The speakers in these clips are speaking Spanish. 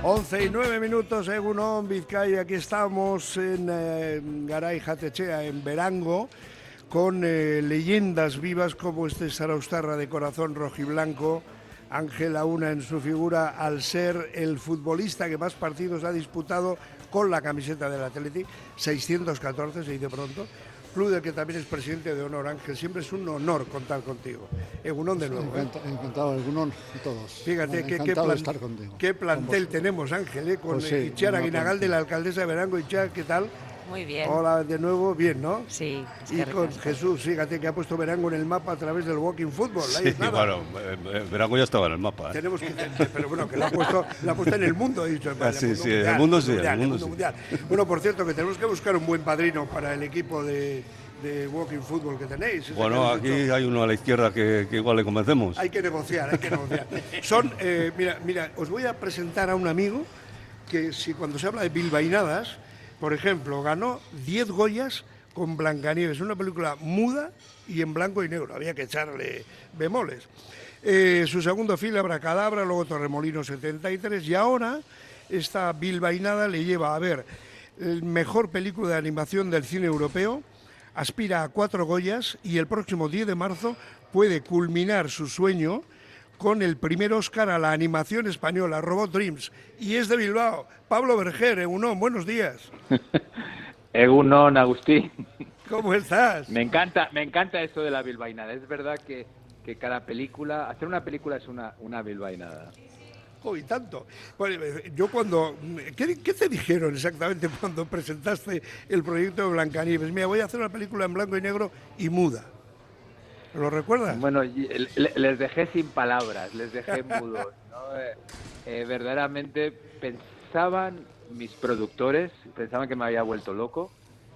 11:09, Egunon, Vizcaya. Aquí estamos en Garay Jatechea, en Berango, con leyendas vivas como este Saraustarra de corazón rojiblanco, Ángel Auna en su figura, al ser el futbolista que más partidos ha disputado con la camiseta del Athletic, 614, se dice pronto. Club del que también es presidente de honor. Ángel, siempre es un honor contar contigo. Egunon de nuevo. Encantado, Egunon a todos. Fíjate estar contigo. Qué plantel tenemos, Ángel, con pues sí, Itziar Aguinagalde, la alcaldesa de Berango. Itziar, ¿qué tal? Muy bien. Hola de nuevo, bien, ¿no? Sí. Y con Jesús, fíjate que ha puesto Berango en el mapa a través del Walking Football. Sí, bueno, Berango ya estaba en el mapa. Tenemos que, pero bueno, que lo ha puesto en el mundo, he dicho. Sí, en el mundo sí. Mundial. Bueno, por cierto, que tenemos que buscar un buen padrino para el equipo de Walking Football que tenéis. Bueno, aquí hay uno a la izquierda que igual le convencemos. Hay que negociar. Son, mira, os voy a presentar a un amigo que si cuando se habla de bilbainadas, por ejemplo, ganó 10 Goyas con Blancanieves, una película muda y en blanco y negro, había que echarle bemoles. Su segundo film, Abracadabra, luego Torremolinos 73, y ahora esta bilbainada le lleva a ver el mejor película de animación del cine europeo, aspira a 4 Goyas y el próximo 10 de marzo puede culminar su sueño con el primer Oscar a la animación española, Robot Dreams, y es de Bilbao. Pablo Berger, Egunon, buenos días. Egunon, Agustín. ¿Cómo estás? Me encanta eso de la bilbainada. Es verdad que cada película, hacer una película es una bilbainada. Oh, y tanto. Bueno, yo ¿Qué te dijeron exactamente cuando presentaste el proyecto de Blancanieves? Mira, voy a hacer una película en blanco y negro y muda. ¿Lo recuerdas? Bueno, les dejé sin palabras, les dejé mudos, ¿no? Verdaderamente mis productores pensaban que me había vuelto loco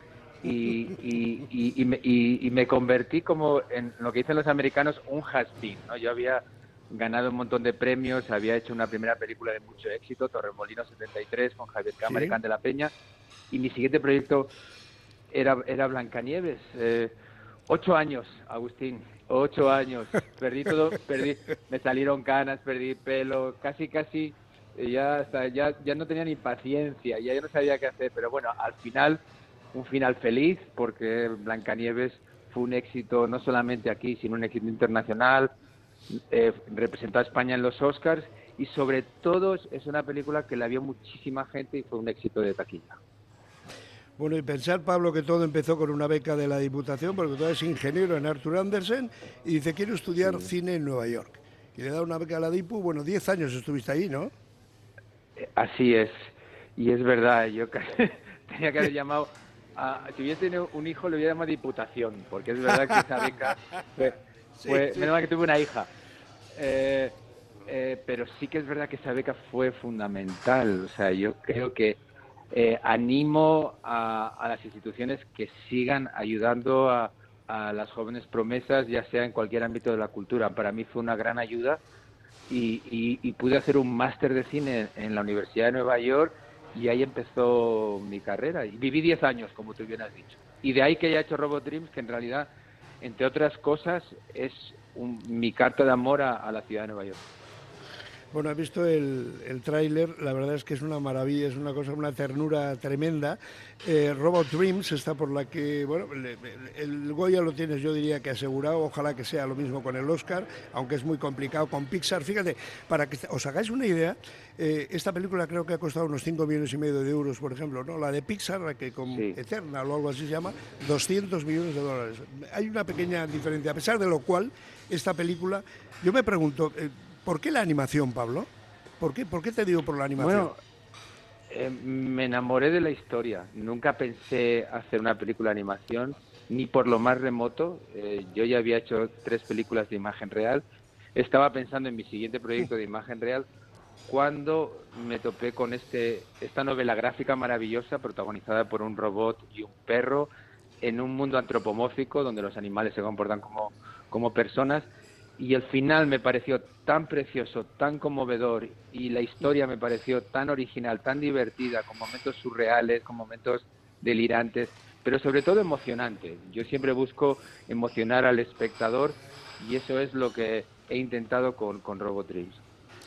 y me convertí como en lo que dicen los americanos, un has-been, ¿no? Yo había ganado un montón de premios, había hecho una primera película de mucho éxito, Torremolinos 73, con Javier Cámara y Can de la Peña, y mi siguiente proyecto era Blancanieves. 8 años, Agustín, 8 años. Perdí todo, me salieron canas, perdí pelo, casi, ya no tenía ni paciencia, ya no sabía qué hacer, pero bueno, al final, un final feliz, porque Blancanieves fue un éxito no solamente aquí, sino un éxito internacional, representó a España en los Oscars y sobre todo es una película que la vio muchísima gente y fue un éxito de taquilla. Bueno, y pensar, Pablo, que todo empezó con una beca de la Diputación, porque tú eres ingeniero en Arthur Andersen, y dice, quiero estudiar cine en Nueva York. Y le da una beca a la Dipu, 10 años estuviste ahí, ¿no? Así es, y es verdad, yo tenía que haber llamado, si hubiese tenido un hijo le hubiera llamado Diputación, porque es verdad que esa beca menos mal que tuve una hija. Pero sí que es verdad que esa beca fue fundamental, o sea, yo creo que animo a las instituciones que sigan ayudando a las jóvenes promesas, ya sea en cualquier ámbito de la cultura. Para mí fue una gran ayuda y pude hacer un máster de cine en la Universidad de Nueva York y ahí empezó mi carrera. Y viví 10 años, como tú bien has dicho. Y de ahí que haya hecho Robot Dreams, que en realidad, entre otras cosas, es mi carta de amor a la ciudad de Nueva York. Bueno, he visto el tráiler, la verdad es que es una maravilla, es una ternura tremenda. Robot Dreams está por la que, bueno, el Goya lo tienes, yo diría que asegurado, ojalá que sea lo mismo con el Oscar, aunque es muy complicado con Pixar. Fíjate, para que os hagáis una idea, esta película creo que ha costado unos 5,5 millones de euros, por ejemplo, ¿no? La de Pixar, la que con Eternal o algo así se llama, 200 millones de dólares. Hay una pequeña diferencia, a pesar de lo cual, esta película, yo me pregunto, ¿por qué la animación, Pablo? ¿Por qué te digo por la animación? Bueno, me enamoré de la historia. Nunca pensé hacer una película de animación, ni por lo más remoto. Yo ya había hecho 3 películas de imagen real. Estaba pensando en mi siguiente proyecto de imagen real cuando me topé con esta novela gráfica maravillosa protagonizada por un robot y un perro en un mundo antropomórfico donde los animales se comportan como personas. Y el final me pareció tan precioso, tan conmovedor, y la historia me pareció tan original, tan divertida, con momentos surreales, con momentos delirantes, pero sobre todo emocionante. Yo siempre busco emocionar al espectador y eso es lo que he intentado con Robot Dreams.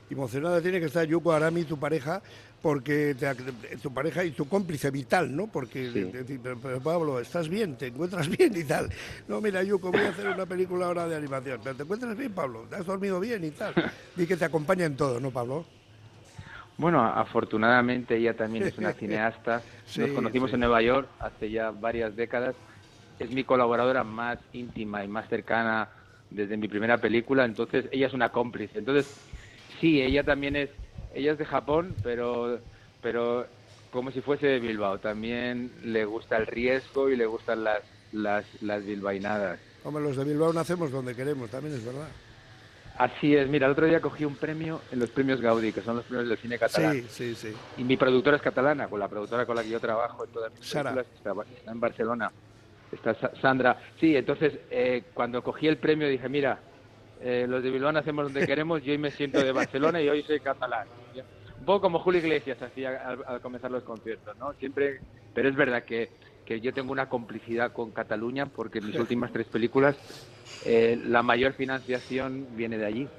emocionada tiene que estar Yoko Arami, tu pareja, porque tu pareja y tu cómplice vital, ¿no? Porque, pero Pablo, ¿estás bien? ¿Te encuentras bien y tal? No, mira, Yoko, voy a hacer una película ahora de animación. ¿Pero te encuentras bien, Pablo? ¿Te has dormido bien y tal? Di que te acompaña en todo, ¿no, Pablo? Bueno, afortunadamente ella también es una cineasta. Sí, nos conocimos en Nueva York hace ya varias décadas. Es mi colaboradora más íntima y más cercana desde mi primera película, entonces ella es una cómplice. Entonces, sí, ella es de Japón, pero como si fuese de Bilbao. También le gusta el riesgo y le gustan las bilbainadas. Hombre, los de Bilbao nacemos donde queremos, también es verdad. Así es, mira, el otro día cogí un premio en los premios Gaudí, que son los premios del cine catalán. Sí. Y mi productora es catalana, con la productora con la que yo trabajo en todas mis Sara. películas, está en Barcelona. Está Sandra. Sí, entonces cuando cogí el premio dije, mira, los de Bilbao hacemos donde queremos, yo hoy me siento de Barcelona y hoy soy catalán. Un poco como Julio Iglesias hacía al comenzar los conciertos, ¿no? Siempre, pero es verdad que yo tengo una complicidad con Cataluña porque en mis últimas 3 películas la mayor financiación viene de allí.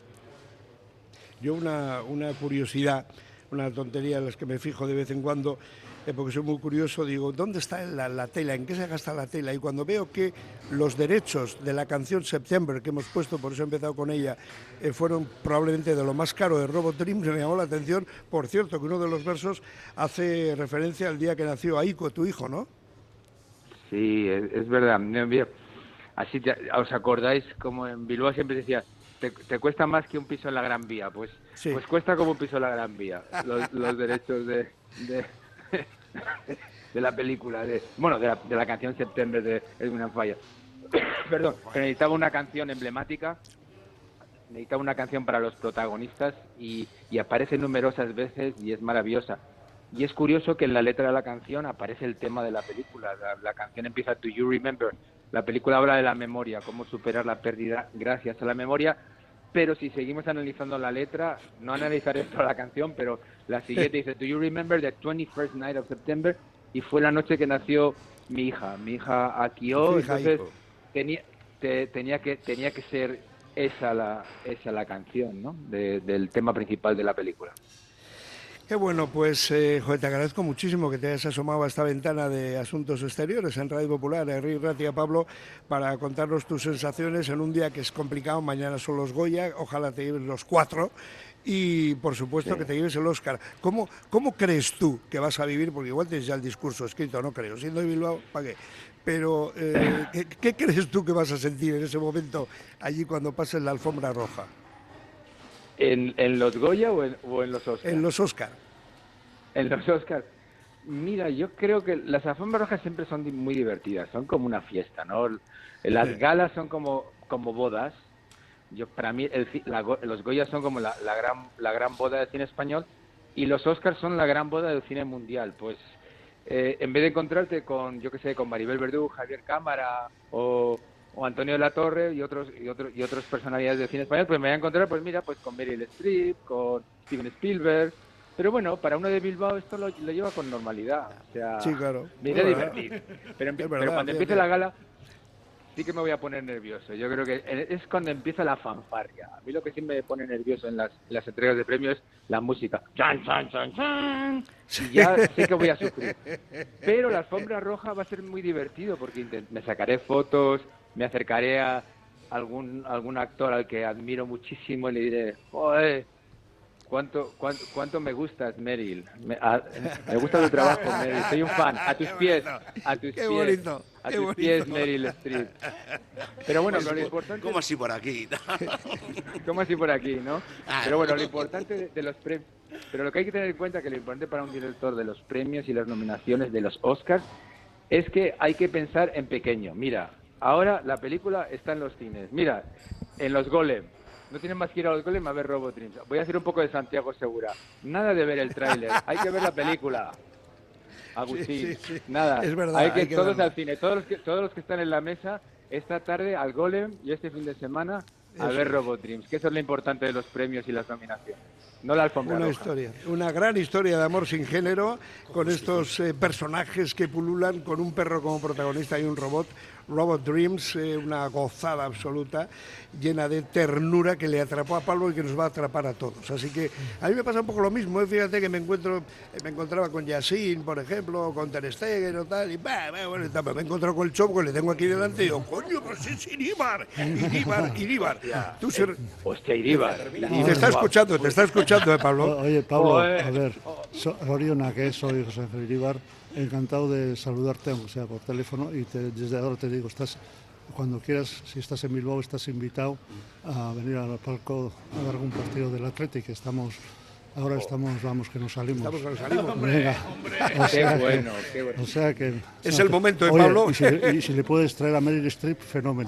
Yo una curiosidad, una tontería en las que me fijo de vez en cuando, porque soy muy curioso, digo, ¿dónde está la tela? ¿En qué se gasta la tela? Y cuando veo que los derechos de la canción September que hemos puesto, por eso he empezado con ella, fueron probablemente de lo más caro de Robot Dreams, me llamó la atención, por cierto, que uno de los versos hace referencia al día que nació Aiko, tu hijo, ¿no? Sí, es verdad. Así ¿os acordáis como en Bilbao siempre decía, te cuesta más que un piso en la Gran Vía? Pues cuesta como un piso en la Gran Vía, los derechos de la película, de la canción September de Edwin Falla. Perdón, pero necesitaba una canción emblemática, necesitaba una canción para los protagonistas y aparece numerosas veces y es maravillosa. Y es curioso que en la letra de la canción aparece el tema de la película. La canción empieza Do You Remember? La película habla de la memoria, cómo superar la pérdida gracias a la memoria. Pero si seguimos analizando la letra, no analizaré toda la canción, pero la siguiente dice Do you remember the 21st night of September? Y fue la noche que nació mi hija Akio. Entonces tenía que ser esa la canción, ¿no? Del tema principal de la película. Qué bueno, pues te agradezco muchísimo que te hayas asomado a esta ventana de Asuntos Exteriores en Radio Popular, a Enrique Ratia, Pablo, para contarnos tus sensaciones en un día que es complicado. Mañana son los Goya, ojalá te lleves los 4 y, por supuesto, que te lleves el Oscar. ¿Cómo crees tú que vas a vivir? Porque igual tienes ya el discurso escrito, no creo. Siendo de Bilbao, ¿para qué? Pero, ¿qué crees tú que vas a sentir en ese momento allí cuando pases la alfombra roja? ¿En los Goya o en los Oscars? En los Oscars. En los Oscars. Mira, yo creo que las alfombras rojas siempre son muy divertidas, son como una fiesta, ¿no? Las galas son como bodas. Para mí los Goya son como la gran boda del cine español y los Oscars son la gran boda del cine mundial. Pues en vez de encontrarte con, yo qué sé, con Maribel Verdú, Javier Cámara o Antonio de la Torre y otras personalidades del cine español, pues me voy a encontrar, pues mira, pues con Meryl Streep, con Steven Spielberg. Pero bueno, para uno de Bilbao esto lo lleva con normalidad. O sea, sí, claro. Me iré a divertir. Pero cuando empiece la gala, sí que me voy a poner nervioso. Yo creo que es cuando empieza la fanfarria. A mí lo que sí me pone nervioso en las entregas de premios es la música. ¡Chan, chan, chan, chan! Y ya sé que voy a sufrir. Pero la alfombra roja va a ser muy divertido porque me sacaré fotos, me acercaré a algún actor al que admiro muchísimo y le diré, ¡joder! ¿Cuánto me gustas, Meryl? Me gusta tu trabajo, Meryl. Soy un fan. A tus pies. Qué bonito. A tus pies, Meryl Streep. Pero bueno, lo importante... ¿Cómo así por aquí? ¿Cómo así por aquí, no? Pero bueno, lo importante de los premios... Pero lo que hay que tener en cuenta es que lo importante para un director de los premios y las nominaciones de los Oscars es que hay que pensar en pequeño. Mira, ahora la película está en los cines. Mira, en los Golem. No tienen más que ir a los Golem a ver Robot Dreams. Voy a hacer un poco de Santiago Segura. Nada de ver el tráiler. Hay que ver la película. Agustín. Sí. Nada. Es verdad. Hay que todos al cine. Todos los que están en la mesa esta tarde al Golem y este fin de semana a ver Robot Dreams. Que eso es lo importante de los premios y las nominaciones. No la alfombra roja. Una gran historia de amor sin género con estos personajes que pululan con un perro como protagonista y un robot. Robot Dreams, una gozada absoluta, llena de ternura que le atrapó a Pablo y que nos va a atrapar a todos. Así que a mí me pasa un poco lo mismo, fíjate que me encontraba con Yassin, por ejemplo, o con Ter Stegen o tal, y bueno, me he encontrado con el Chopo, que le tengo aquí delante, y digo, coño, pues es Iríbar. Hostia, Iríbar. Y te está escuchando, Pablo. Oye, Pablo, a ver, Oriona, que soy José Ángel Iríbar, encantado de saludarte, aunque sea por teléfono, y desde ahora te digo, cuando quieras, si estás en Bilbao, estás invitado a venir al palco a dar algún partido del Athletic, que estamos, vamos, que nos salimos. Hombre. O sea que es el momento, oye, Pablo. Y si le puedes traer a Meryl Streep, fenómeno.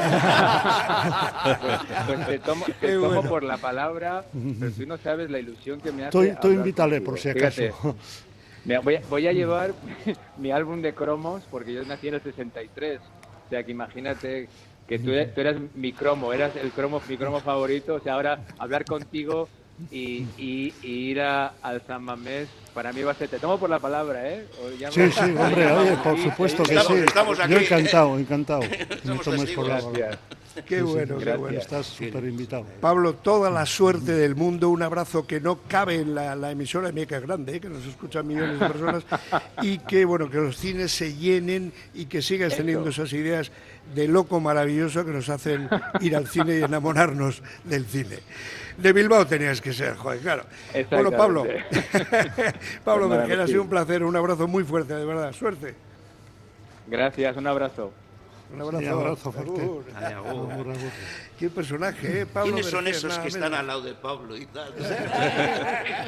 Pues te tomo por la palabra, pero tú no sabes la ilusión que me hace. Tú invítale, por si acaso. Fíjate, voy a llevar mi álbum de cromos, porque yo nací en el 63. O sea, que imagínate que tú eras mi cromo, eras mi cromo favorito. O sea, ahora hablar contigo y ir al San Mamés, para mí va a ser... Te tomo por la palabra, ¿eh? Sí, hombre, oye, por supuesto que sí. Estamos aquí. Yo encantado. Me tomes por la palabra. Gracias. Qué bueno, qué bueno. Estás súper invitado. Pablo, toda la suerte del mundo, un abrazo que no cabe en la emisora mía, que es grande, que nos escuchan millones de personas, y que bueno, que los cines se llenen y que sigas teniendo esas ideas de loco maravilloso que nos hacen ir al cine y enamorarnos del cine. De Bilbao tenías que ser, joder, claro. Bueno, Pablo, Pablo Vergel, ha sido un placer, un abrazo muy fuerte, de verdad, suerte. Gracias, un abrazo. Un abrazo, sí, abrazo fuerte. Qué personaje, Pablo. ¿Quiénes son Vergel, esos que menos. están al lado de Pablo y tal?